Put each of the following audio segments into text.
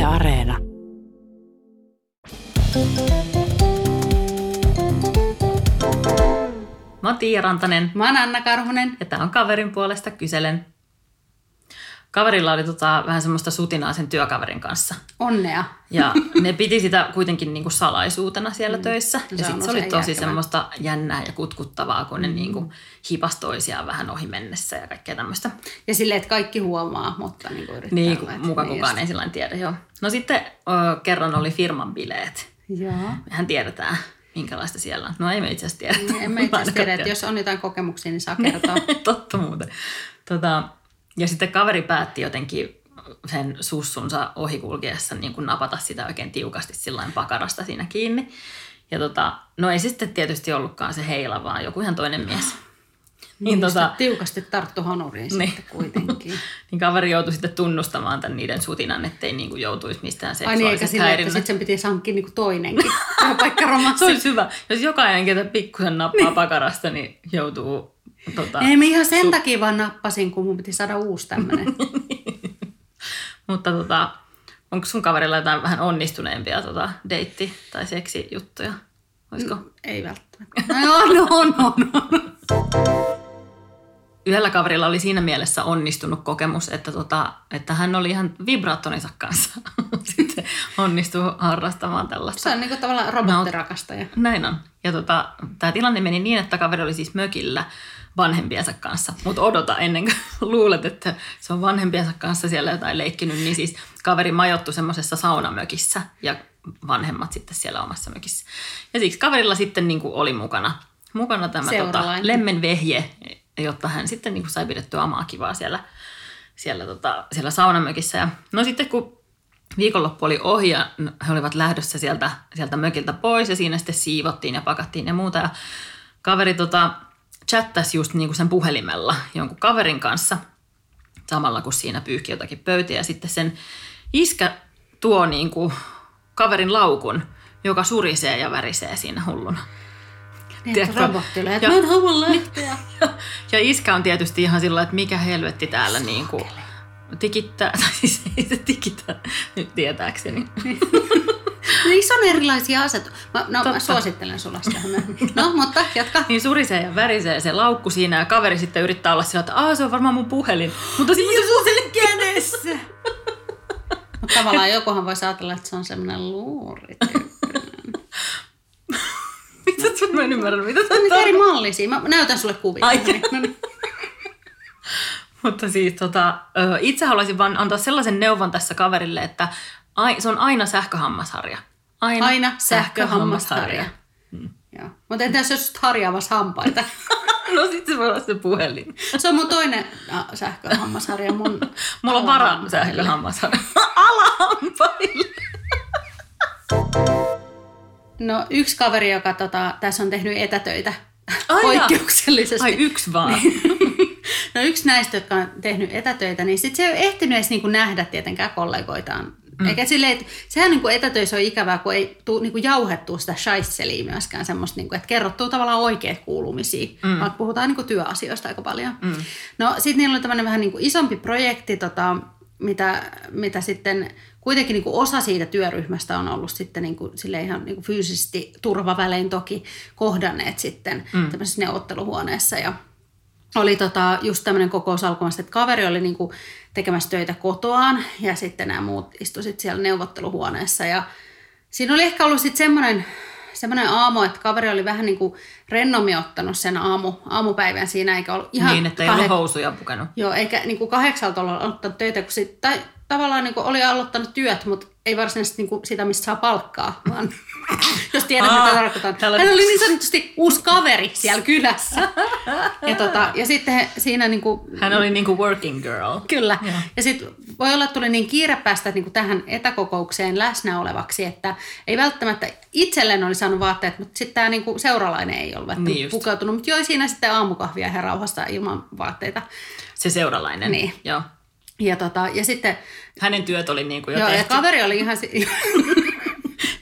Areena. Mä oon Tiia Rantanen. Mä oon Anna Karhunen. Ja tää on Kaverin puolesta kyselen. Kaverilla oli vähän semmoista sutinaa sen työkaverin kanssa. Onnea. Ja ne piti sitä kuitenkin niinku salaisuutena siellä töissä. Ja sitten se oli tosi semmoista jännää ja kutkuttavaa, kun ne niinku hipas toisiaan vähän ohi mennessä ja kaikkea tämmöistä. Ja silleen, että kaikki huomaa, mutta niinku yrittää. Niin, muka kukaan ei sillain tiedä, joo. No sitten kerran oli firman bileet. Joo. Mehän tiedetään, minkälaista siellä on. No ei me itse asiassa tiedä. En mä itse asiassa tiedä, että jos on jotain kokemuksia, niin saa kertoa. Totta muuten. Ja sitten kaveri päätti jotenkin sen sussunsa ohikulkiessa niin kuin napata sitä oikein tiukasti sillain pakarasta siinä kiinni. Ja no ei se sitten tietysti ollutkaan se Heila, vaan joku ihan toinen mies. Niin tiukasti tarttu honuriin niin. Sitten kuitenkin. Niin kaveri joutui sitten tunnustamaan tämän niiden sutinan, ettei niin kuin joutuisi mistään seksuaalisesta häirinnästä. Ai niin, eikä silleen, että sitten sen piti sankkia niin kuin toinenkin. Paikka romassa. Se olisi hyvä. Jos jokainen, ketä pikkusen nappaa pakarasta, niin joutuu... Ei, mä ihan sen takia vaan nappasin, kun mun piti saada uusi tämmönen. Mutta onko sun kaverilla jotain vähän onnistuneempia deitti- tai seksijuttuja? Olisiko? Ei välttämättä. No. Yhdellä kaverilla oli siinä mielessä onnistunut kokemus, että hän oli ihan vibraattoninsa kanssa sitten onnistui harrastamaan tällaista. Se on niin kuin tavallaan robottirakastaja. Näin on. Ja tämä tilanne meni niin, että kaveri oli siis mökillä vanhempiensa kanssa. Mutta odota, ennen kuin luulet, että se on vanhempiensa kanssa siellä jotain leikkinyt, niin siis kaveri majoittui semmoisessa saunamökissä ja vanhemmat sitten siellä omassa mökissä. Ja siksi kaverilla sitten niin kuin oli mukana tämä lemmenvehje, jotta hän sitten niin kuin sai pidettyä omaa kivaa siellä saunamökissä. Ja no sitten kun viikonloppu oli ohi ja he olivat lähdössä sieltä mökiltä pois ja siinä sitten siivottiin ja pakattiin ja muuta. Ja kaveri chattasi just niin kuin sen puhelimella jonkun kaverin kanssa samalla kun siinä pyyhki jotakin pöytiä. Ja sitten sen iskä tuo niin kuin kaverin laukun, joka surisee ja värisee siinä hulluna. Niin, robottille, että mä en halua lähteä. Ja iskä on tietysti ihan sillä, että mikä helvetti täällä niin kuin tikittää, tai siis ei se tikittää nyt tietääkseni. Niissä on erilaisia asetuksia. Mä suosittelen sulla sitä. No, mutta jatka. Niin surisee ja värisee se laukku siinä ja kaveri sitten yrittää olla sillä, että se on varmaan mun puhelin. Mutta sitten se puhelin kädessä. Mutta tavallaan jokuhan voisi ajatella, että se on semmoinen luuri. Mä en ymmärrä, mitä tämä on. Eri mallisia. Mä näytän sulle kuvia. Mutta siis itse haluaisin vaan antaa sellaisen neuvon tässä kaverille, että se on aina sähköhammasharja. Aina sähköhammasharja. Joo. Mutta entäs jos harjaavassa hampaita? No sitten se voi olla se puhelin. Se on mun toinen sähköhammasharja. Mulla on varan sähköhammasharja. Alahampaille. No yksi kaveri, joka tässä on tehnyt etätöitä poikkeuksellisesti. Ai yksi vaan. No yksi näistä, jotka on tehnyt etätöitä, niin sit se ei ole ehtinyt edes niinku nähdä tietenkään kollegoitaan. Eikä silleen, että sehän niinku etätöissä on ikävää, kun ei tule niinku jauhettua sitä shaisseliä myöskään semmoista, niinku, että kerrottuu tavallaan oikeat kuulumisia, vaikka puhutaan niinku työasioista aika paljon. No sit niillä oli tämmöinen vähän niinku isompi projekti, mitä sitten kuitenkin niinku osa siitä työryhmästä on ollut sitten niinku ihan niinku fyysisesti turvavälein toki kohdanneet sitten tämmöisessä neuvotteluhuoneessa ja oli just tämmöinen kokous alkamassa, että kaveri oli niinku tekemässä töitä kotoaan ja sitten nämä muut istuivat siellä neuvotteluhuoneessa ja siinä oli ehkä ollut sitten semmoinen aamu, että kaveri oli vähän niin kuin rennommin ottanut sen aamupäivän siinä, eikä ollut ihan... Niin, että ei ollut housuja pukenut. Joo, eikä niin kuin 8 ollut aloittanut töitä, kun tai tavallaan niin kuin oli aloittanut työt, mutta ei varsinaisesti niin kuin sitä, mistä saa palkkaa, vaan jos tiedät, mitä tarkoitan. Hän oli niin sanotusti uusi kaveri siellä kylässä. Ja sitten siinä... Niin kuin, hän oli niin kuin working girl. Kyllä. Ja sitten voi olla, että tuli niin kiire päästä niin kuin tähän etäkokoukseen läsnä olevaksi, että ei välttämättä itselleen oli saanut vaatteet, mutta sitten tämä niin kuin seuralainen ei ollut niin pukeutunut. Mutta joi siinä sitten aamukahvia ihan rauhassa ilman vaatteita. Se seuralainen. Niin. Joo. Ja sitten... Hänen työt oli niin kuin jo tehty. Ja kaveri oli ihan...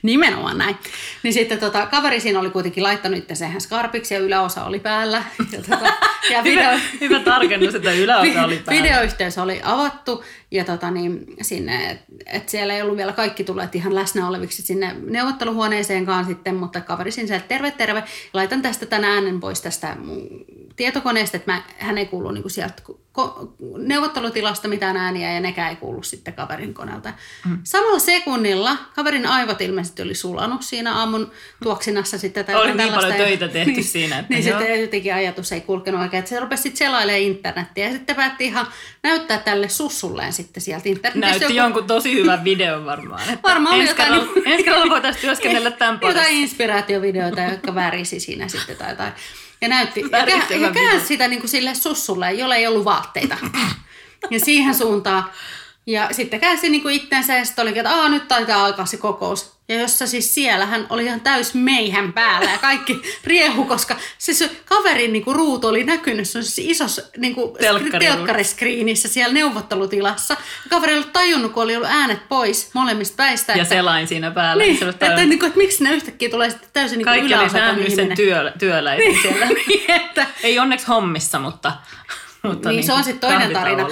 Nimenomaan näin. Niin sitten kaveri siinä oli kuitenkin laittanut itseään skarpiksi ja yläosa oli päällä. Ja hyvä tarkennus, että yläosa oli päällä. Videoyhteys oli avattu ja sinne, että siellä ei ollut vielä kaikki tulleet ihan läsnä oleviksi sinne neuvotteluhuoneeseenkaan sitten, mutta kaveri siinä sieltä terve. Laitan tästä tän äänen pois tästä mun tietokoneesta, että hän ei kuulu niinku sieltä neuvottelutilasta mitään ääniä ja nekään ei kuulu sitten kaverin koneelta. Samalla sekunnilla kaverin aivot ilmeisesti oli sulanut siinä aamun tuoksinassa sitten. Oli niin paljon töitä tehty siinä. Että niin sitten jotenkin ajatus ei kulkenut oikein, että se rupesi sitten selailemaan internettiä ja sitten päätti ihan näyttää tälle sussulleen sitten sieltä internetistä. Näytti jonkun tosi hyvän videon varmaan. Varmaan oli jotain. Ensi kerralla voitaisiin työskennellä tämän parissa. Jotain inspiraatiovideoita, jotka värisi siinä sitten tai jotain. Ja näytti, ja käänsi sitä niin kuin sille sussulle, jolle ei ollut vaatteita. Ja siihen suuntaan. Ja sitten käänsi niin kuin itsensä ja sitten olikin, että nyt taitaa alkaa se kokous. Ja jossa siis siellähän oli ihan täys meihän päällä ja kaikki riehu, koska se kaverin niin kuin ruutu oli näkynyt isossa niin telkkariskriinissä siellä neuvottelutilassa. Ja kaveri ei ollut tajunnut, kun oli ollut äänet pois molemmista päistä. Ja selain siinä päällä. Niin, että miksi ne yhtäkkiä tulee sitten täysin kaikki yläosaton ihminen. Kaikki oli nähnyt sen työläisen niin, siellä. Niin, että, ei onneksi hommissa, mutta niin se on sitten toinen tarina.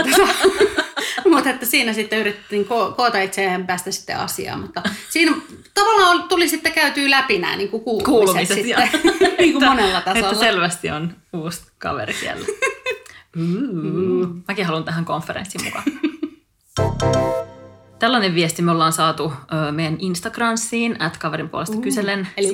Mutta että siinä sitten yritettiin koota itseään päästä sitten asiaan. Mutta siinä tavallaan tuli sitten käytyä läpi nämä niin kuulumiset sitten niin kuin monella tasolla. Että selvästi on uusi kaveri siellä. Mäkin haluan tähän konferenssiin mukaan. Tällainen viesti me ollaan saatu meidän Instagramsiin, @kaverin puolesta kyselen. Eli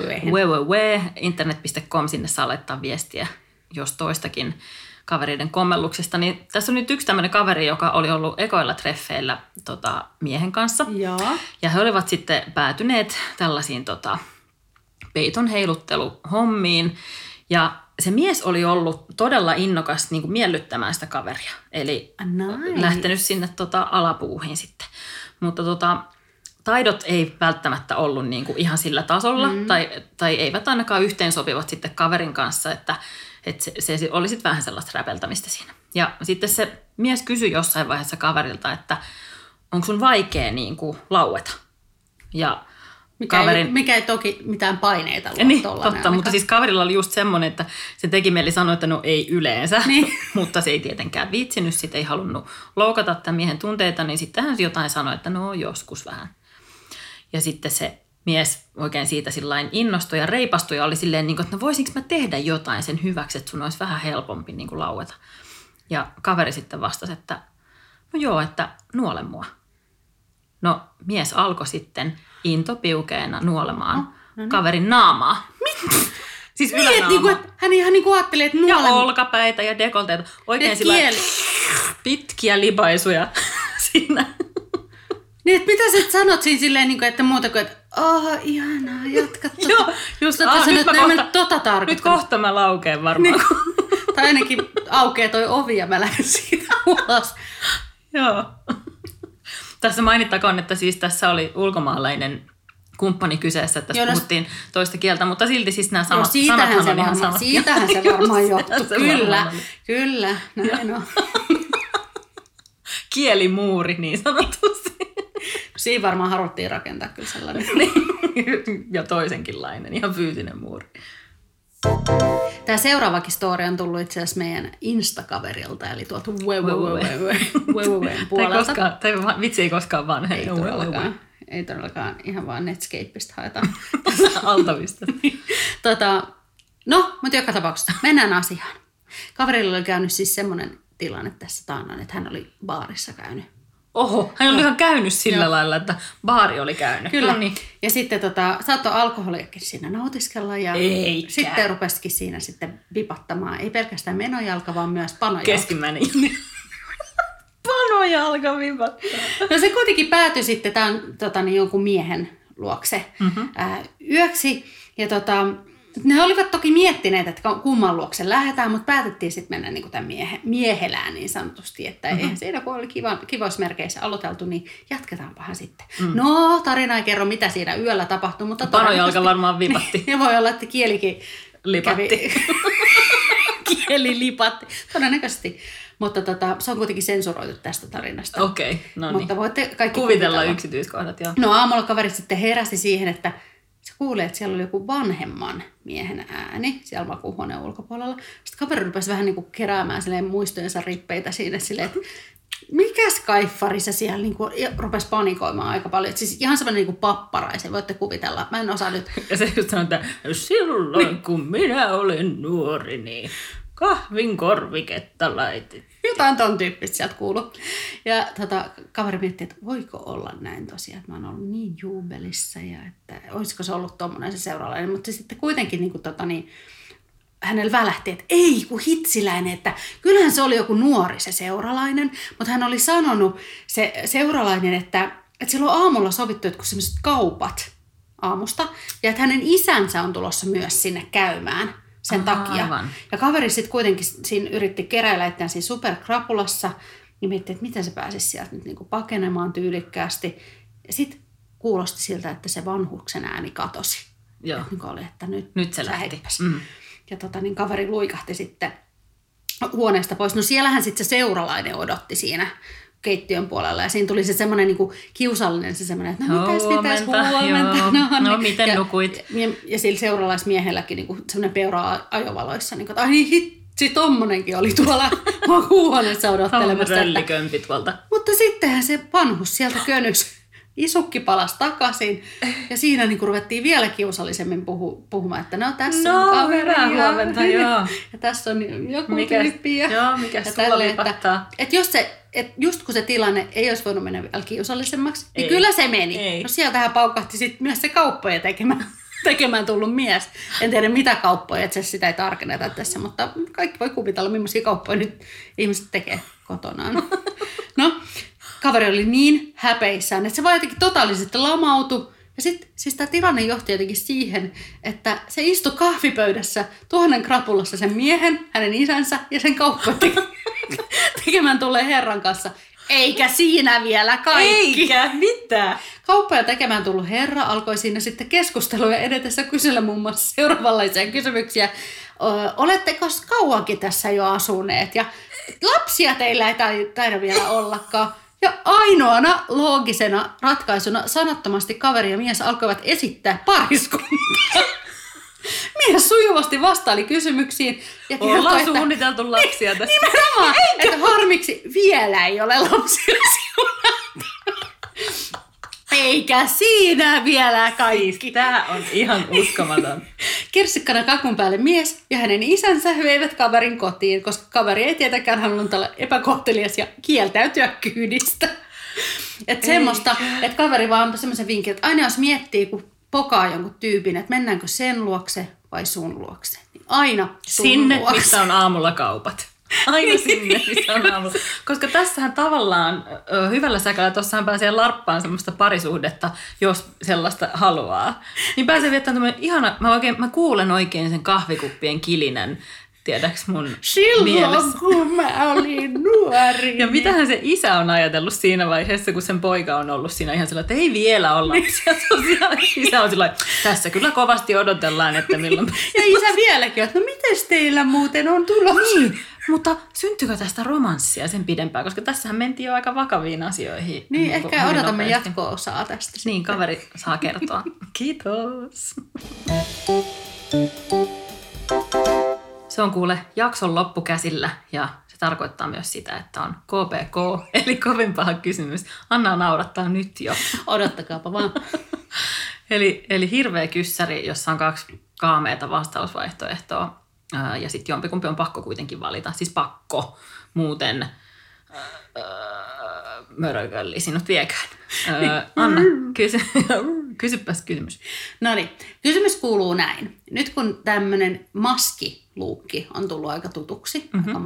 internet.com, sinne saa laittaa viestiä, jos toistakin kavereiden kommelluksesta. Niin tässä on nyt yksi tämmöinen kaveri, joka oli ollut ekoilla treffeillä miehen kanssa. Ja he olivat sitten päätyneet tällaisiin peiton heilutteluhommiin. Ja se mies oli ollut todella innokas niin kuin miellyttämään sitä kaveria. Eli lähtenyt sinne alapuuhiin sitten. Mutta taidot ei välttämättä ollut niin kuin ihan sillä tasolla. Tai eivät ainakaan yhteensopivat sitten kaverin kanssa, että se oli sitten vähän sellaista räpeltämistä siinä. Ja sitten se mies kysyi jossain vaiheessa kaverilta, että onko sun vaikea niin kuin laueta? Ja mikä ei toki mitään paineita luo niin, totta, mutta siis kaverilla oli just semmoinen, että se teki mieli sanoa, että no ei yleensä, mutta se ei tietenkään viitsinyt, sit ei halunnut loukata tämän miehen tunteita, niin sitten hän jotain sanoi, että no joskus vähän. Ja sitten se mies oikein siitä sillain innostui ja reipastui ja oli silleen, niin kuin, että no voisinko mä tehdä jotain sen hyväksi, että sun olisi vähän helpompi niin kuin laueta. Ja kaveri sitten vastasi, että no joo, että nuole mua. No mies alkoi sitten intopiukeena nuolemaan kaverin naamaa. Siis ylänaamaa. Niin, hän ihan niin kuin ajatteli, että nuole. Ja olkapäitä ja dekolteita. Oikein sillä pitkiä libaisuja siinä. Niin, että mitä sä sanot siinä silleen, että muuta kuin, että ihanaa, jatka tota. Joo, just nyt kohta mä laukeen varmaan. Niin, tai ainakin aukeaa toi ovi ja mä lähden siitä ulos. Joo. Tässä mainittakoon, että siis tässä oli ulkomaalainen kumppani kyseessä, että tässä puhuttiin toista kieltä, mutta silti siis nämä sanathan on ihan samat. Siitähän se varmaan johtuu, kyllä, näin on. Kielimuuri niin sanotusti. Siinä varmaan haluttiin rakentaa kyllä sellainen. Ja toisenkinlainen, ihan fyysinen muuri. Tämä seuraavakin story on tullut itse asiassa meidän Insta-kaverilta, eli tuolta puolelta. Vitsi ei koskaan vanhene. Ei todellakaan, ihan vaan Netscapeista haetaan. Altavista. Mutta joka tapauksessa mennään asiaan. Kaverilla oli käynyt siis semmoinen tilanne tässä taannoin, että hän oli baarissa käynyt. Oho, hän oli ihan käynyt sillä lailla, että baari oli käynyt. Kyllä. Noniin. Ja sitten saattoi alkoholiakin siinä nautiskella ja sitten rupesikin siinä sitten vipattamaan. Ei pelkästään menojalka, vaan myös panojalka. Keskimmäinen. Panojalka vipattaa. No se kuitenkin päätyi sitten tämän jonkun miehen luokse yöksi. Ja ne olivat toki miettineet, että kumman luokse lähdetään, mutta päätettiin sitten mennä niin kuin tämän miehelään niin sanotusti, että eihän siinä kun oli kivoismerkeissä aloiteltu, niin jatketaanpahan sitten. No, tarina ei kerro, mitä siinä yöllä tapahtui, mutta panojalka varmaan vipatti. Ja voi olla, että kielikin lipatti. Kieli lipatti, todennäköisesti. Mutta se on kuitenkin sensuroitu tästä tarinasta. Okei, no Mutta voitte kaikki kuvitella yksityiskohdat, joo. No aamulla kaveri sitten heräsi siihen, että se kuulee, että siellä oli joku vanhemman miehen ääni siellä makuuhuoneen ulkopuolella. Sitten kaveri rupesi vähän niin kuin keräämään muistojensa rippeitä siinä silleen, että mikäs kaiffari se siellä niin kuin rupesi panikoimaan aika paljon. Että siis ihan semmoinen niin kuin papparaisen, voitte kuvitella. Mä en osaa nyt. Ja se just sanoo, että silloin kun minä olin nuori, niin kahvin korviketta laitettiin. Jotain ton tyyppistä sieltä kuuluu. Ja kaveri mietti, että voiko olla näin tosiaan, että mä oon ollut niin juubelissa ja että olisiko se ollut tommoinen se seuralainen. Mutta sitten kuitenkin niin hänellä välähti, että ei kun hitsiläinen, että kyllähän se oli joku nuori se seuralainen. Mutta hän oli sanonut se seuralainen, että silloin aamulla sovittu jotkut sellaiset kaupat aamusta. Ja että hänen isänsä on tulossa myös sinne käymään sen takia. Aivan. Ja kaveri sitten kuitenkin siinä yritti keräillä itseään siinä superkrapulassa ja mietti, että miten se pääsisi sieltä nyt niinku pakenemaan tyylikkäästi. Ja sitten kuulosti siltä, että se vanhuksen ääni katosi. Joo. Että oli, että nyt se lähti. Ja niin kaveri luikahti sitten huoneesta pois. No siellähän sitten se seuralainen odotti siinä keittiön puolella. Ja siinä tuli se semmoinen niinku kiusallinen, se semmoinen, että no mitäs huomenta. No miten nukuit? Ja sillä seuralaismiehelläkin niinku semmoinen peura ajovaloissa. Niinku, että ai niin hitsi, tommonenkin oli tuolla huoneessa odottelemassa. Röllikömpi tuolta. Mutta sittenhän se vanhus sieltä könys. Isukki palasi takaisin ja siinä niin ruvettiin vielä kiusallisemmin puhumaan, että no tässä on kaveri. Hyvää huomenta, joo. Ja tässä on joku tyyppi. Joo, mikäs sulla vipattaa. Että just kun se tilanne ei olisi voinut mennä vielä kiusallisemmaksi, niin kyllä se meni. Ei. No sieltähän paukahti sitten myös se kauppoja tekemään tullut mies. En tiedä mitä kauppoja, että sitä ei tarkenneta tässä, mutta kaikki voi kuvitella, millaisia kauppoja nyt ihmiset tekee kotonaan. No. Kaveri oli niin häpeissään, että se vaan jotenkin totaalisesti lamautui. Ja sitten siis tämä tilanne johti jotenkin siihen, että se istui kahvipöydässä 1000 krapulassa sen miehen, hänen isänsä ja sen kauppoja tekemään tulleen herran kanssa. Eikä siinä vielä kaikki. Eikä mitään. Kauppoja tekemään tullut herra alkoi siinä sitten keskusteluja edetessä kysellä muun muassa seuraavanlaisia kysymyksiä. Oletteko kauankin tässä jo asuneet? Ja lapsia teillä ei taida vielä ollakaan. Ja ainoana loogisena ratkaisuna sanattomasti kaveri ja mies alkoivat esittää pariskuntaa. Mies sujuvasti vastaili kysymyksiin. Ja ollaan suunniteltu lapsia tässä. Nimenomaan, että harmiksi vielä ei ole lapsia siunattu. Eikä siinä vielä kaikki. Tämä on ihan uskomaton. Kirsikkana kakun päälle mies ja hänen isänsä veivät kaverin kotiin, koska kaveri ei tietenkään halunnut olla epäkohtelias ja kieltäytyä kyydistä. Että semmoista, että kaveri vaan antoi semmoisen vinkin, että aina jos miettii, kun pokaa jonkun tyypin, että mennäänkö sen luokse vai sun luokse, niin aina sinne, luokse. Missä on aamulla kaupat. Aina sinne, missä on aamulla. Koska tässähän tavallaan hyvällä säkällä, tuossahan pääsee larppaan semmoista parisuhdetta, jos sellaista haluaa. Niin pääsee viettämään tämmöinen ihana, mä kuulen oikein sen kahvikuppien kilinän, tiedäks mun silloin, mielessä. Kun mä olin nuori. Ja mitähän se isä on ajatellut siinä vaiheessa, kun sen poika on ollut siinä ihan sellainen, että ei vielä olla lapsia. Isä on sellainen, tässä kyllä kovasti odotellaan, että milloin. Ja isä vieläkin, että no mites teillä muuten on tulossa? Niin, mutta syntyykö tästä romanssia sen pidempään, koska tässähän mentiin jo aika vakaviin asioihin. Niin, ehkä odotamme jatko-osaa tästä. Niin, kaveri saa kertoa. Kiitos. Se on kuule jakson loppukäsillä ja se tarkoittaa myös sitä, että on KPK, eli kovin paha kysymys. Anna naurattaa nyt jo. Odottakaapa vaan. eli hirveä kyssäri, jossa on 2 kaameita vastausvaihtoehtoa ja sitten jompikumpi on pakko kuitenkin valita. Siis pakko, muuten mörökölli sinut viekään. Anna, kysypäs kysymys. Noniin, kysymys kuuluu näin. Nyt kun tämmöinen maskiluukki on tullut aika tutuksi, aika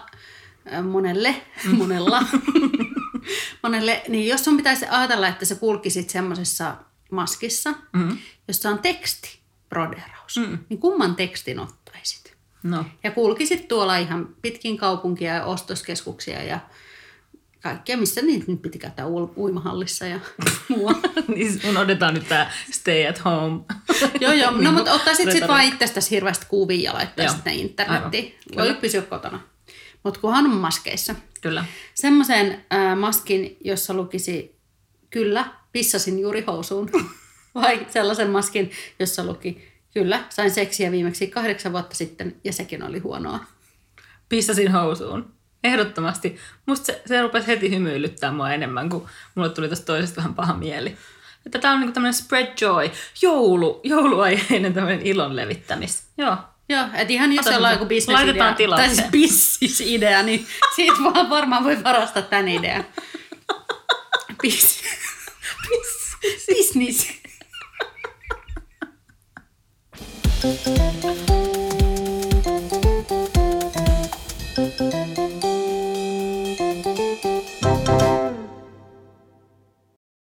monelle, niin jos sun pitäisi ajatella, että sä kulkisit semmoisessa maskissa, jossa on tekstibroderaus, niin kumman tekstin ottaisit? No. Ja kulkisit tuolla ihan pitkin kaupunkia ja ostoskeskuksia ja kaikkea, missä niitä nyt piti käyttää uimahallissa ja muualla. Niin unohdetaan nyt tää stay at home. Joo, no mutta ottaisit sitten vaan itsestäsi hirveästi kuvia ja laittaisit ne internettiin. Voi pysyä kotona. Mutta kunhan on maskeissa. Kyllä. Semmoisen maskin, jossa lukisi, kyllä, pissasin juuri housuun. Vai sellaisen maskin, jossa luki, kyllä, sain seksiä viimeksi 8 vuotta sitten ja sekin oli huonoa. Pissasin housuun. Ehdottomasti. Musta se rupesi heti hymyilyttää mua enemmän, kun mulle tuli tästä toisesta vähän paha mieli. Että tää on niinku tämmöinen spread joy, jouluaiheinen tämmöinen ilon levittämis. Joo. Joo, että ihan jos ollaan joku laitetaan bisnesidea, tai siis bissisidea, niin siitä vaan varmaan voi varastaa tämän idean. Business.